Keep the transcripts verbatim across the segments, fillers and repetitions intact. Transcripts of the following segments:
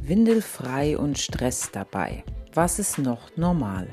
Windelfrei und Stress dabei. Was ist noch normal?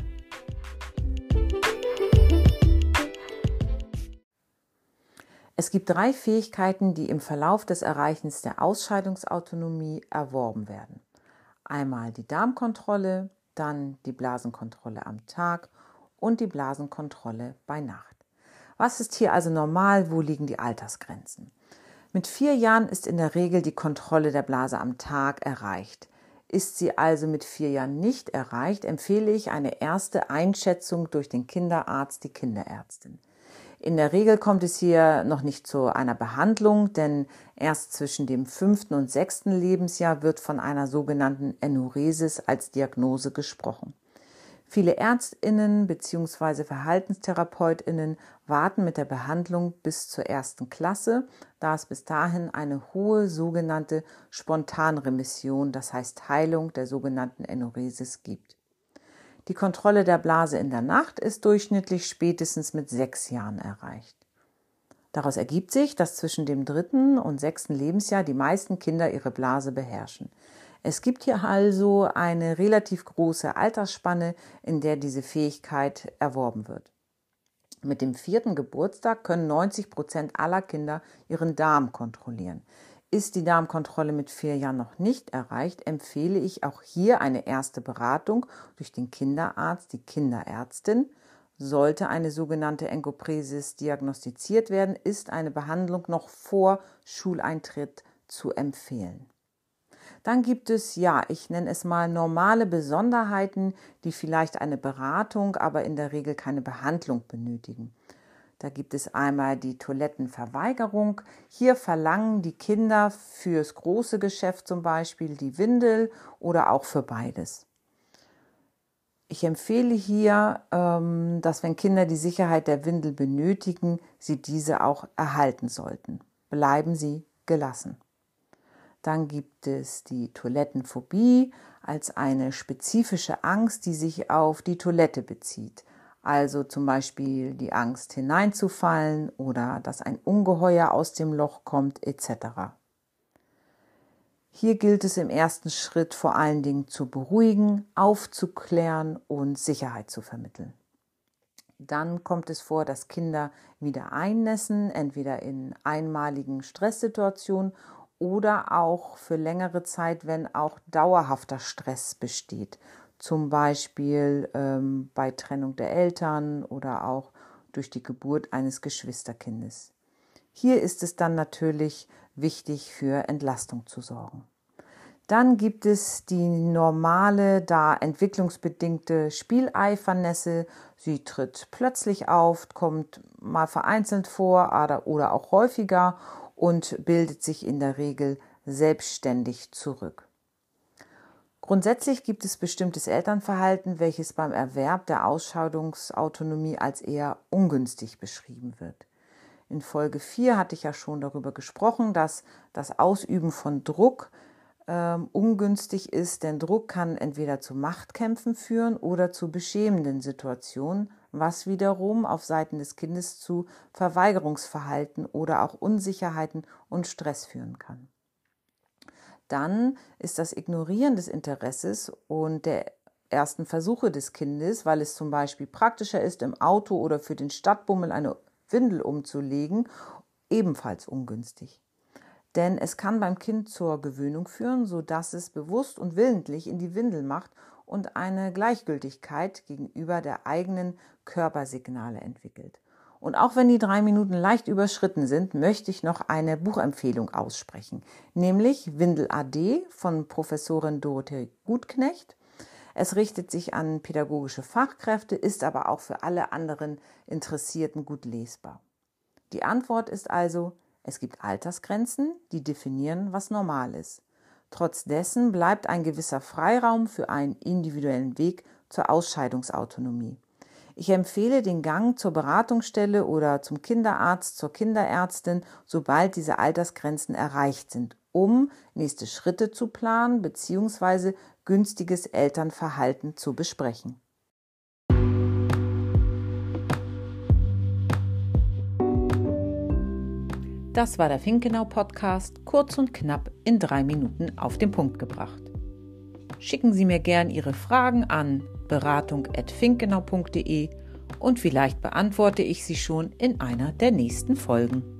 Es gibt drei Fähigkeiten, die im Verlauf des Erreichens der Ausscheidungsautonomie erworben werden. Einmal die Darmkontrolle, dann die Blasenkontrolle am Tag und die Blasenkontrolle bei Nacht. Was ist hier also normal? Wo liegen die Altersgrenzen? Mit vier Jahren ist in der Regel die Kontrolle der Blase am Tag erreicht. Ist sie also mit vier Jahren nicht erreicht, empfehle ich eine erste Einschätzung durch den Kinderarzt, die Kinderärztin. In der Regel kommt es hier noch nicht zu einer Behandlung, denn erst zwischen dem fünften und sechsten Lebensjahr wird von einer sogenannten Enuresis als Diagnose gesprochen. Viele ÄrztInnen bzw. VerhaltenstherapeutInnen warten mit der Behandlung bis zur ersten Klasse, da es bis dahin eine hohe sogenannte Spontanremission, das heißt Heilung der sogenannten Enuresis gibt. Die Kontrolle der Blase in der Nacht ist durchschnittlich spätestens mit sechs Jahren erreicht. Daraus ergibt sich, dass zwischen dem dritten und sechsten Lebensjahr die meisten Kinder ihre Blase beherrschen. Es gibt hier also eine relativ große Altersspanne, in der diese Fähigkeit erworben wird. Mit dem vierten Geburtstag können neunzig Prozent aller Kinder ihren Darm kontrollieren. Ist die Darmkontrolle mit vier Jahren noch nicht erreicht, empfehle ich auch hier eine erste Beratung durch den Kinderarzt, die Kinderärztin. Sollte eine sogenannte Enkopresis diagnostiziert werden, ist eine Behandlung noch vor Schuleintritt zu empfehlen. Dann gibt es, ja, ich nenne es mal normale Besonderheiten, die vielleicht eine Beratung, aber in der Regel keine Behandlung benötigen. Da gibt es einmal die Toilettenverweigerung. Hier verlangen die Kinder fürs große Geschäft zum Beispiel die Windel oder auch für beides. Ich empfehle hier, dass wenn Kinder die Sicherheit der Windel benötigen, sie diese auch erhalten sollten. Bleiben Sie gelassen. Dann gibt es die Toilettenphobie als eine spezifische Angst, die sich auf die Toilette bezieht. Also zum Beispiel die Angst hineinzufallen oder dass ein Ungeheuer aus dem Loch kommt et cetera. Hier gilt es im ersten Schritt vor allen Dingen zu beruhigen, aufzuklären und Sicherheit zu vermitteln. Dann kommt es vor, dass Kinder wieder einnässen, entweder in einmaligen Stresssituationen oder auch für längere Zeit, wenn auch dauerhafter Stress besteht. Zum Beispiel ähm, bei Trennung der Eltern oder auch durch die Geburt eines Geschwisterkindes. Hier ist es dann natürlich wichtig, für Entlastung zu sorgen. Dann gibt es die normale, da entwicklungsbedingte Spieleifernässe. Sie tritt plötzlich auf, kommt mal vereinzelt vor oder auch häufiger und bildet sich in der Regel selbstständig zurück. Grundsätzlich gibt es bestimmtes Elternverhalten, welches beim Erwerb der Ausscheidungsautonomie als eher ungünstig beschrieben wird. In Folge vier hatte ich ja schon darüber gesprochen, dass das Ausüben von Druck äh, ungünstig ist, denn Druck kann entweder zu Machtkämpfen führen oder zu beschämenden Situationen, was wiederum auf Seiten des Kindes zu Verweigerungsverhalten oder auch Unsicherheiten und Stress führen kann. Dann ist das Ignorieren des Interesses und der ersten Versuche des Kindes, weil es zum Beispiel praktischer ist, im Auto oder für den Stadtbummel eine Windel umzulegen, ebenfalls ungünstig. Denn es kann beim Kind zur Gewöhnung führen, sodass es bewusst und willentlich in die Windel macht und eine Gleichgültigkeit gegenüber der eigenen Körpersignale entwickelt. Und auch wenn die drei Minuten leicht überschritten sind, möchte ich noch eine Buchempfehlung aussprechen, nämlich Windel A D von Professorin Dorothee Gutknecht. Es richtet sich an pädagogische Fachkräfte, ist aber auch für alle anderen Interessierten gut lesbar. Die Antwort ist also, es gibt Altersgrenzen, die definieren, was normal ist. Trotz dessen bleibt ein gewisser Freiraum für einen individuellen Weg zur Ausscheidungsautonomie. Ich empfehle den Gang zur Beratungsstelle oder zum Kinderarzt, zur Kinderärztin, sobald diese Altersgrenzen erreicht sind, um nächste Schritte zu planen bzw. günstiges Elternverhalten zu besprechen. Das war der Finkenau-Podcast, kurz und knapp in drei Minuten auf den Punkt gebracht. Schicken Sie mir gern Ihre Fragen an beratung at finkgenau punkt de und vielleicht beantworte ich sie schon in einer der nächsten Folgen.